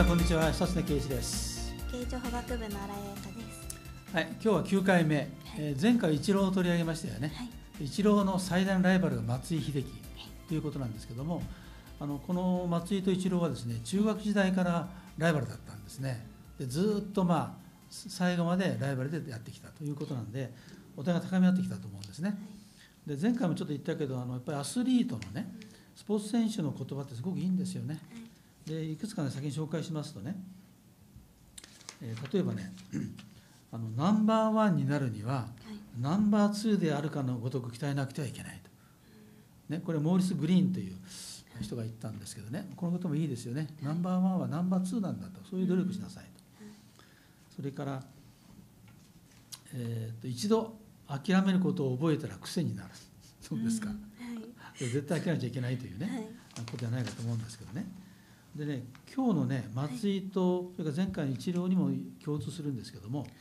さんこんにちは、久常圭一です。 慶長法学部の新井彩香です。 はい、今日は9回目、前回イチローを取り上げましたよね。イチローの最大のライバルが松井秀喜ということなんですけども、この松井とイチローはですね、中学時代からライバルだったんですね。でずっと最後までライバルでやってきたということなんで、お互いが高め合ってきたと思うんですね。で前回もちょっと言ったけど、やっぱりアスリートのね、スポーツ選手の言葉ってすごくいいんですよね。でいくつかね、先に紹介しますとね、例えばね、ナンバーワンになるには、ナンバーツーであるかのごとく鍛えなくてはいけないと、ね、これモーリス・グリーンという人が言ったんですけどね、このこともいいですよね。ナンバーワンはナンバーツーなんだと、そういう努力しなさいと。それから、一度諦めることを覚えたら癖になる。そうですか。絶対諦めちゃいけないというね、ことじゃないかと思うんですけどね。でね、今日のね、松井と、それから前回のイチローにも共通するんですけども、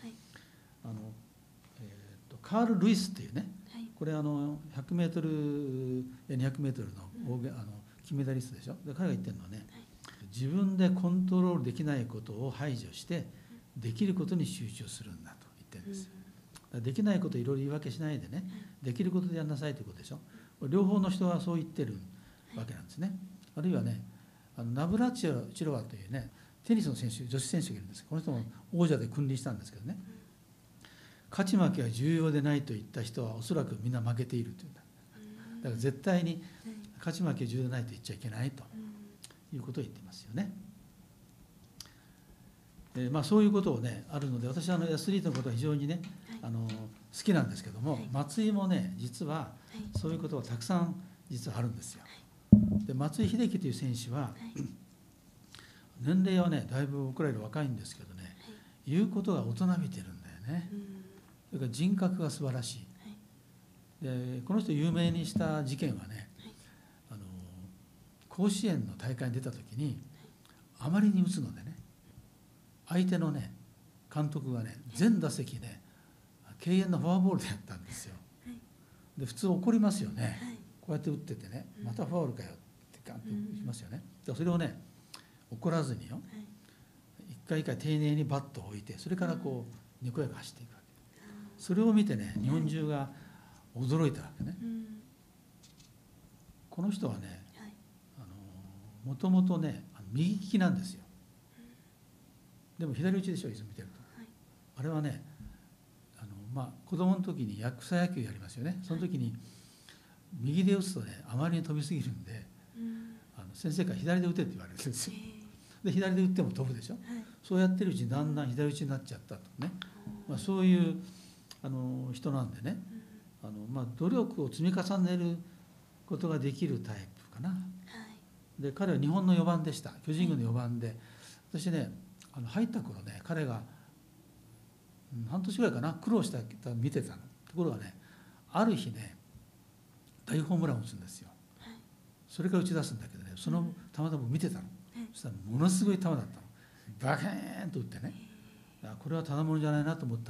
カール・ルイスっていうね、これ100メートルや200メートルの金メダリストでしょ。で彼が言ってるのはね、自分でコントロールできないことを排除してできることに集中するんだと言ってるんですよ。できないことをいろいろ言い訳しないでね、できることでやんなさいということでしょ。両方の人はそう言ってるわけなんですね。あるいはね、ナブラチロワというね、テニスの選手、女子選手がいるんです。この人も王者で君臨したんですけどね、勝ち負けは重要でないと言った人はおそらくみんな負けているというんだ。だから絶対に勝ち負け重要でないと言っちゃいけないということを言ってますよね。そういうことをね、あるので、私はアスリートのことは非常にね、好きなんですけども、松井もね、実はそういうことはたくさん実はあるんですよ。で松井秀喜という選手は、年齢はねだいぶ僕らより若いんですけどね、言うことが大人びてるんだよね。それから人格が素晴らしい。でこの人有名にした事件はね、甲子園の大会に出た時にあまりに打つのでね、相手のね監督がね全打席ね敬遠のフォアボールでやったんですよ。で普通怒りますよね。こうやって打っててね、またファウルかよってガンってしますよね。それをね怒らずによ、一回一回丁寧にバットを置いて、それからこうにこやか走っていくわけ。それを見てね日本中が驚いたわけね。この人はねもともとね右利きなんですよ。でも左打ちでしょ、いつも見てると。あれはね子供の時に草野球やりますよね。その時に右で打つとねあまりに飛びすぎるんで、先生から左で打てって言われるんですよ。で左で打っても飛ぶでしょ。そうやってるうちにだんだん左打ちになっちゃったとね、そういう人なんでね、努力を積み重ねることができるタイプかな。で彼は日本の4番でした。巨人軍の4番で、私ね入った頃ね彼が半年ぐらいかな苦労した見てたの。ところがねある日ね大ホームランを打つんですよ。それから打ち出すんだけどね、そのたまたま見てたの。そしたらものすごい球だったの。バケーンと打ってね、これはただものじゃないなと思って、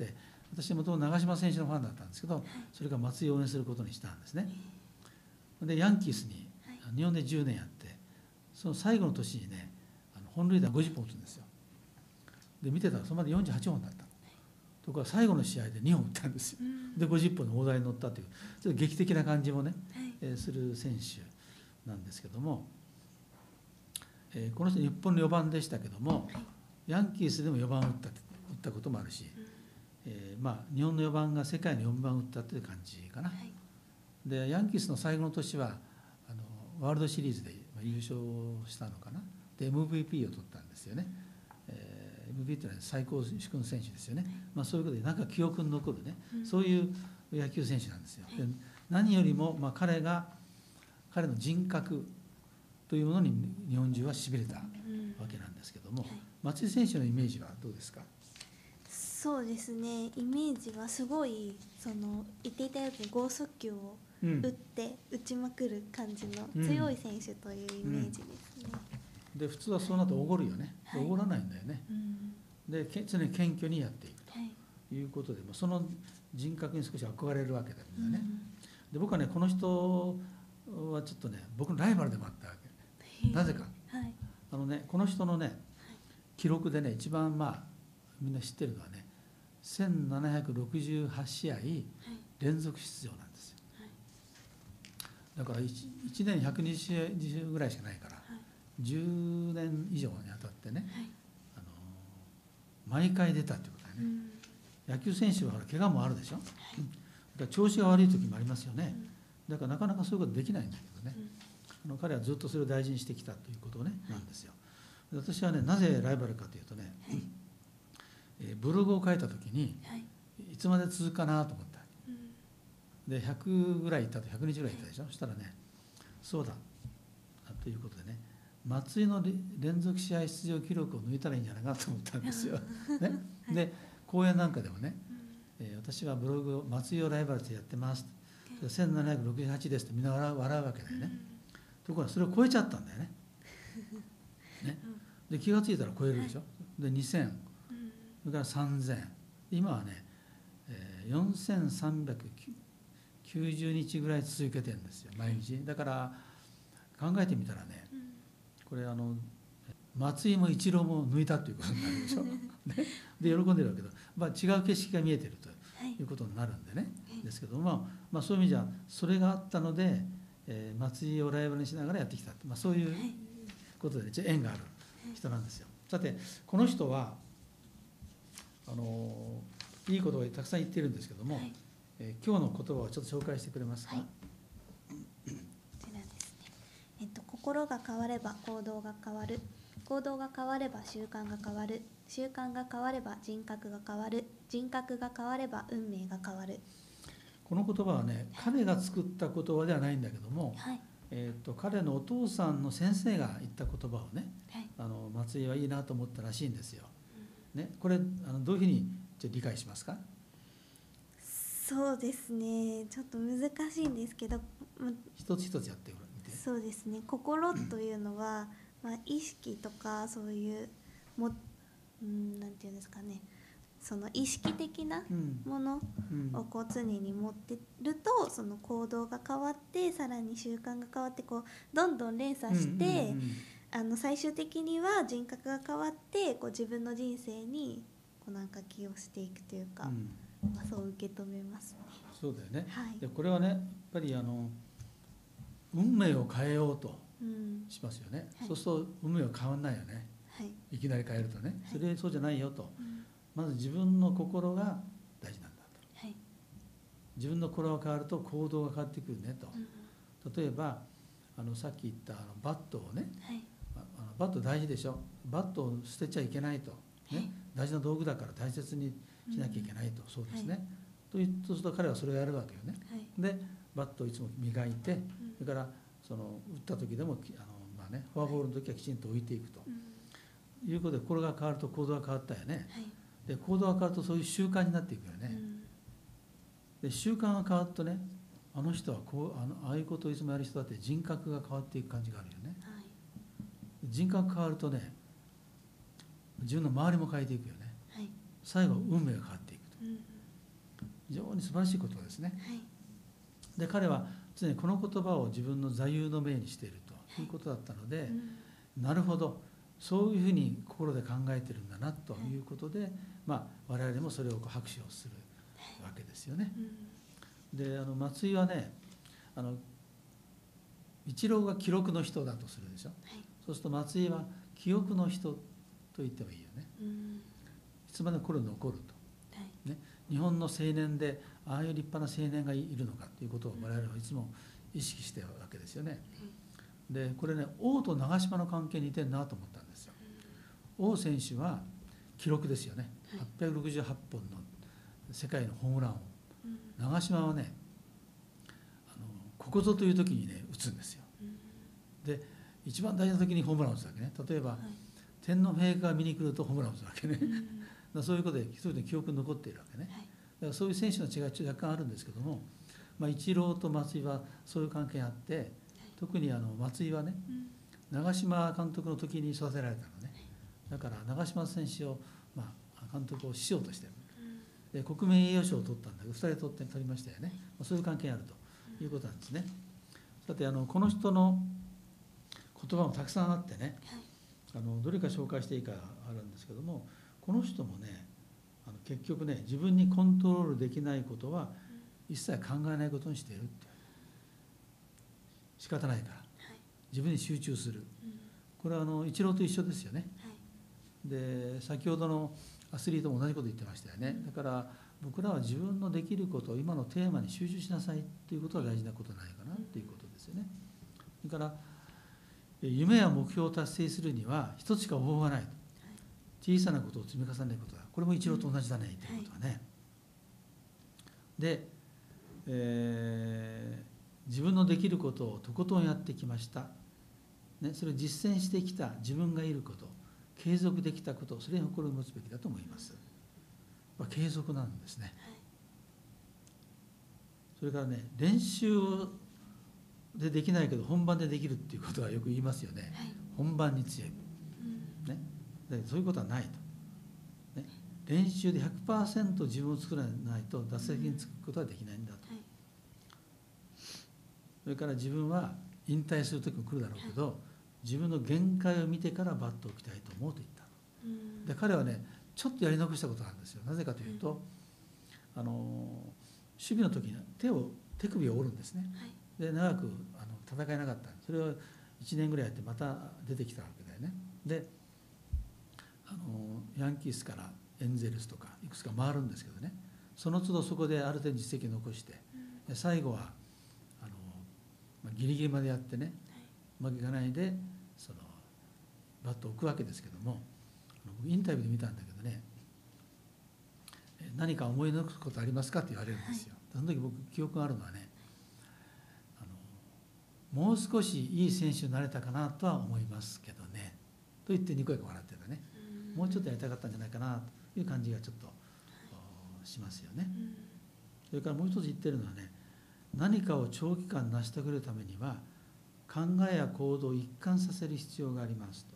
私もともと長嶋選手のファンだったんですけど、それから松井を応援することにしたんですね。でヤンキースに日本で10年やって、その最後の年にね本塁打50本打つんですよ。で見てたらそれまで48本だった。ところが最後の試合で2本打ったんですよ。で50本の大台に乗ったというちょっと劇的な感じもね、する選手なんですけども、この人日本の4番でしたけども、ヤンキースでも4番を打ったこともあるし、日本の4番が世界の4番を打ったという感じかな。でヤンキースの最後の年はワールドシリーズで優勝したのかな。で MVP を取ったんですよね。MVP というのは最高主君選手ですよね。そういうことでなんか記憶に残るね、そういう野球選手なんですよ。で何よりも彼の人格というものに日本中はしびれたわけなんですけども、松井選手のイメージはどうですか？ そうですね、イメージはすごい言っていたように剛速球を打って打ちまくる感じの強い選手というイメージですね。 で普通はそうなるとおごるよね。おごらないんだよね。で常に謙虚にやっていくということで、その人格に少し憧れるわけだよね。で僕はねこの人はちょっとね僕のライバルでもあったわけ。なぜか、この人のね記録でね一番みんな知ってるのはね1768試合連続出場なんですよ。だから 1年120試合ぐらいしかないから、10年以上にあたってね、毎回出たってことだよね。野球選手は怪我もあるでしょ、だから調子が悪い時もありますよね。だからなかなかそういうことできないんだけどね、彼はずっとそれを大事にしてきたということね、なんですよ。私はねなぜライバルかというとね、ブログを書いた時にいつまで続くかなと思った。で100ぐらいいったと100日ぐらいいったでしょ、そしたらねそうだということでね松井の連続試合出場記録を抜いたらいいんじゃないかなと思ったんですよ、ね、で講演なんかでもね、私はブログを松井をライバルとやってます1768ですとみんな笑うわけだよね、ところがそれを超えちゃったんだよね。で気が付いたら超えるでしょ、で2000、それから3000、今はね、4390日ぐらい続けてるんですよ毎日。だから考えてみたらね、これ松井もイチローも抜いたということになるでしょ、ね、で喜んでるわけだ、違う景色が見えてるということになるんでね、ですけどそういう意味じゃそれがあったので、松井をライバルにしながらやってきた、そういうことで、縁がある人なんですよ。さてこの人はいいことをたくさん言っているんですけども、今日の言葉をちょっと紹介してくれますか。 こちらですね。心が変われば行動が変わる。行動が変われば習慣が変わる。習慣が変われば人格が変わる。人格が変われば運命が変わる。 この言葉はね、彼が作った言葉ではないんだけども、彼のお父さんの先生が言った言葉をね、松井はいいなと思ったらしいんですよ。ね、これどういうふうに理解しますか。 そうですね、ちょっと難しいんですけど、 一つ一つやってみて。 そうですね、心というのは、意識とかそういうなんていうんですかね、その意識的なものをこう常に持ってると、その行動が変わってさらに習慣が変わってこうどんどん連鎖して、最終的には人格が変わってこう自分の人生にこうなんか寄与していくというか、そう受け止めますね。 そうだよね、でこれはねやっぱり運命を変えようとしますよね、そうすると運命は変わんないよね、いきなり変えるとね、そうじゃないよと、まず自分の心が大事なんだと、自分の心が変わると行動が変わってくるねと、例えばさっき言ったバットをね、バット大事でしょ、バットを捨てちゃいけないと、ね、大事な道具だから大切にしなきゃいけないと、そうですね、そうすると彼はそれをやるわけよね、でバットをいつも磨いて、それから打った時でもフォアボールの時はきちんと置いていくと、いうことで心が変わると行動が変わったよね、で行動が変わるとそういう習慣になっていくよね、で習慣が変わるとね、あの人はああいうことをいつもやる人だって人格が変わっていく感じがあるよね、人格変わるとね自分の周りも変えていくよね、最後運命が変わっていくと、非常に素晴らしいことですね、で彼は常にこの言葉を自分の座右の銘にしているということだったので、なるほどそういうふうに心で考えてるんだなということで、我々もそれを拍手をするわけですよね。で松井はねイチローが記録の人だとするでしょ、そうすると松井は記憶の人と言ってもいいよね、いつまでもこれ残ると、ね、日本の青年でああいう立派な青年がいるのかということを我々はいつも意識しているわけですよね。でこれね王と長嶋の関係に似てるなと思ったんですよ。王選手は記録ですよね、868本の世界のホームランを、長嶋はねここぞという時にね打つんですよ。で一番大事な時にホームランを打つわけね。例えば、天皇陛下が見に来るとホームランを打つわけね、そういうことで一人で記憶に残っているわけね。だからそういう選手の違いは若干あるんですけども、イチローと松井はそういう関係があって、特に松井はね、長嶋監督の時に育てられたのね。だから長嶋選手を、監督を師匠としてる。で国民栄誉賞を取ったんだけど2人取りましたよね。そういう関係があるということなんですね。さてこの人の言葉もたくさんあってね、 どれか紹介していいかあるんですけども、この人もね結局ね、自分にコントロールできないことは一切考えないことにしているって。仕方ないから自分に集中する。これはイチローと一緒ですよね。で先ほどのアスリートも同じこと言ってましたよね。だから僕らは自分のできること、今のテーマに集中しなさいっていうことは大事なことないかなっていうことですよね。それから夢や目標を達成するには一つしか方法がないと。小さなことを積み重ねることだ。これもイチローと同じだねということはね。で、自分のできることをとことんやってきました、ね、それを実践してきた自分がいること、継続できたこと、それに誇りを持つべきだと思います。継続なんですね。それからね、練習でできないけど本番でできるっていうことはよく言いますよね。本番に強い、ね、そういうことはないと、ね、練習で 100% 自分を作らないと打席につくことはできないんだと。それから自分は引退する時も来るだろうけど、自分の限界を見てからバットを置きたいと思うと言った。で彼はね、ちょっとやり残したことなんですよ。なぜかというと、守備の時に手首を折るんですね。で長く戦えなかった。それを1年ぐらいやってまた出てきたわけだよね。でヤンキースからエンゼルスとかいくつか回るんですけどね、その都度そこである程度実績を残して、で最後はギリギリまでやってね、うまくいかないでバットを置くわけですけども、インタビューで見たんだけどね、何か思い残すことありますかって言われるんですよ。その時僕記憶があるのはね、もう少しいい選手になれたかなとは思いますけどねと言ってニコニコ笑ってたね。もうちょっとやりたかったんじゃないかなという感じがちょっとしますよね。それからもう一つ言ってるのはね、何かを長期間成し遂げるためには考えや行動を一貫させる必要があります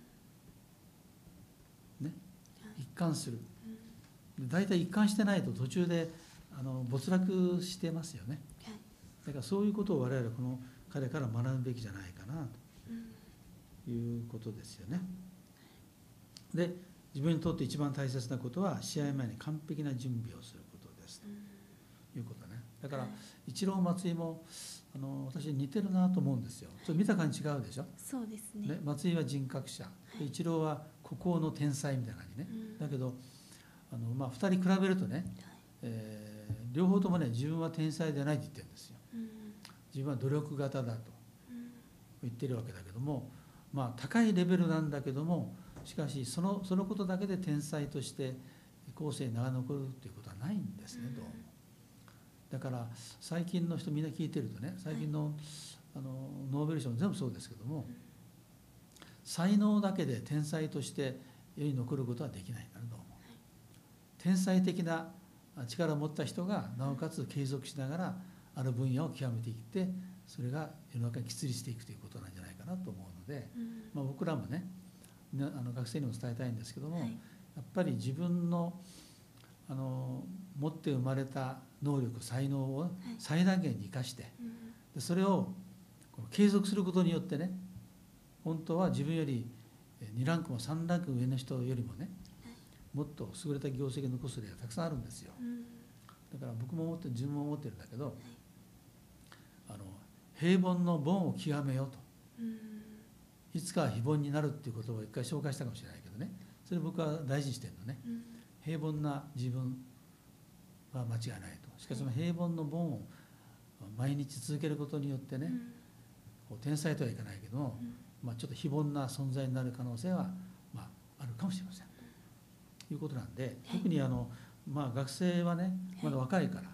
と、ね、一貫する。だいたい一貫してないと途中で没落してますよね。だからそういうことを我々はこの彼から学ぶべきじゃないかなということですよね。で自分にとって一番大切なことは試合前に完璧な準備をすることですということね。だからイチロー松井も私似てるなと思うんですよ。ちょっと見た感じ違うでしょ。 そうですね。 松井は人格者、イチローは孤高の天才みたいな感じね。だけど2人比べるとね、両方ともね、自分は天才ではないと言ってるんですよ。自分は努力型だと言ってるわけだけども、高いレベルなんだけども、しかしそのことだけで天才として後世に長残るっていうことはないんですね、どうも。だから最近の人みんな聞いてるとね、最近のノーベル賞も全部そうですけども、才能だけで天才として世に残ることはできないから、どうも。天才的な力を持った人がなおかつ継続しながらある分野を極めていって、それが世の中に喫立していくということなんじゃないかなと思うので、僕らもね、学生にも伝えたいんですけども、やっぱり自分の持って生まれた能力、才能を最大限に生かして、でそれを継続することによってね、本当は自分より2ランクも3ランク上の人よりもね、もっと優れた業績を残す例がたくさんあるんですよ。だから僕も自分も思ってるんだけど、平凡の凡を極めようと、いつかは非凡になるっていう言葉を一回紹介したかもしれないけどね、それ僕は大事にしてるのね。平凡な自分は間違いないと。しかしその平凡の凡を毎日続けることによってね、天才とはいかないけども、ちょっと非凡な存在になる可能性はあるかもしれませんということなんで、特に学生はね、まだ若いから、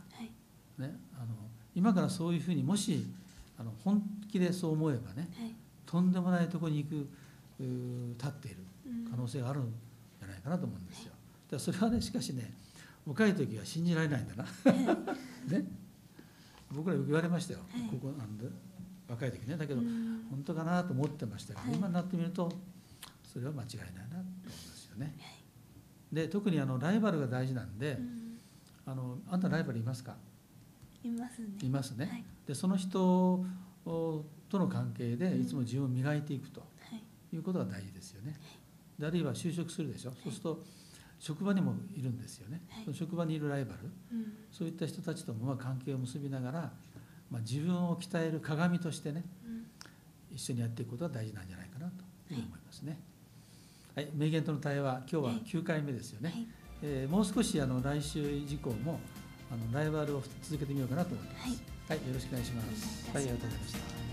ね、今からそういうふうにもし本気でそう思えばね、とんでもないところに行く立っている可能性があるんじゃないかなと思うんですよ。だからそれはね、しかしね、若い時は信じられないんだなね、僕らよく言われましたよ、ここなんで若い時ね。だけど本当かなと思ってましたけど、今になってみるとそれは間違いないなと思いますよね。で特にライバルが大事なんで、あんたライバルいますか？ いますね。 いますね。でその人との関係でいつも自分を磨いていくということが大事ですよね。であるいは就職するでしょ、そうすると職場にもいるんですよね、その職場にいるライバル、そういった人たちとも関係を結びながら、自分を鍛える鏡としてね、一緒にやっていくことが大事なんじゃないかなというふうに思いますね。はい、名言との対話、今日は9回目ですよね。もう少し来週以降もライバルを続けてみようかなと思っています。はい、よろしくお願いします。はい、ありがとうございました。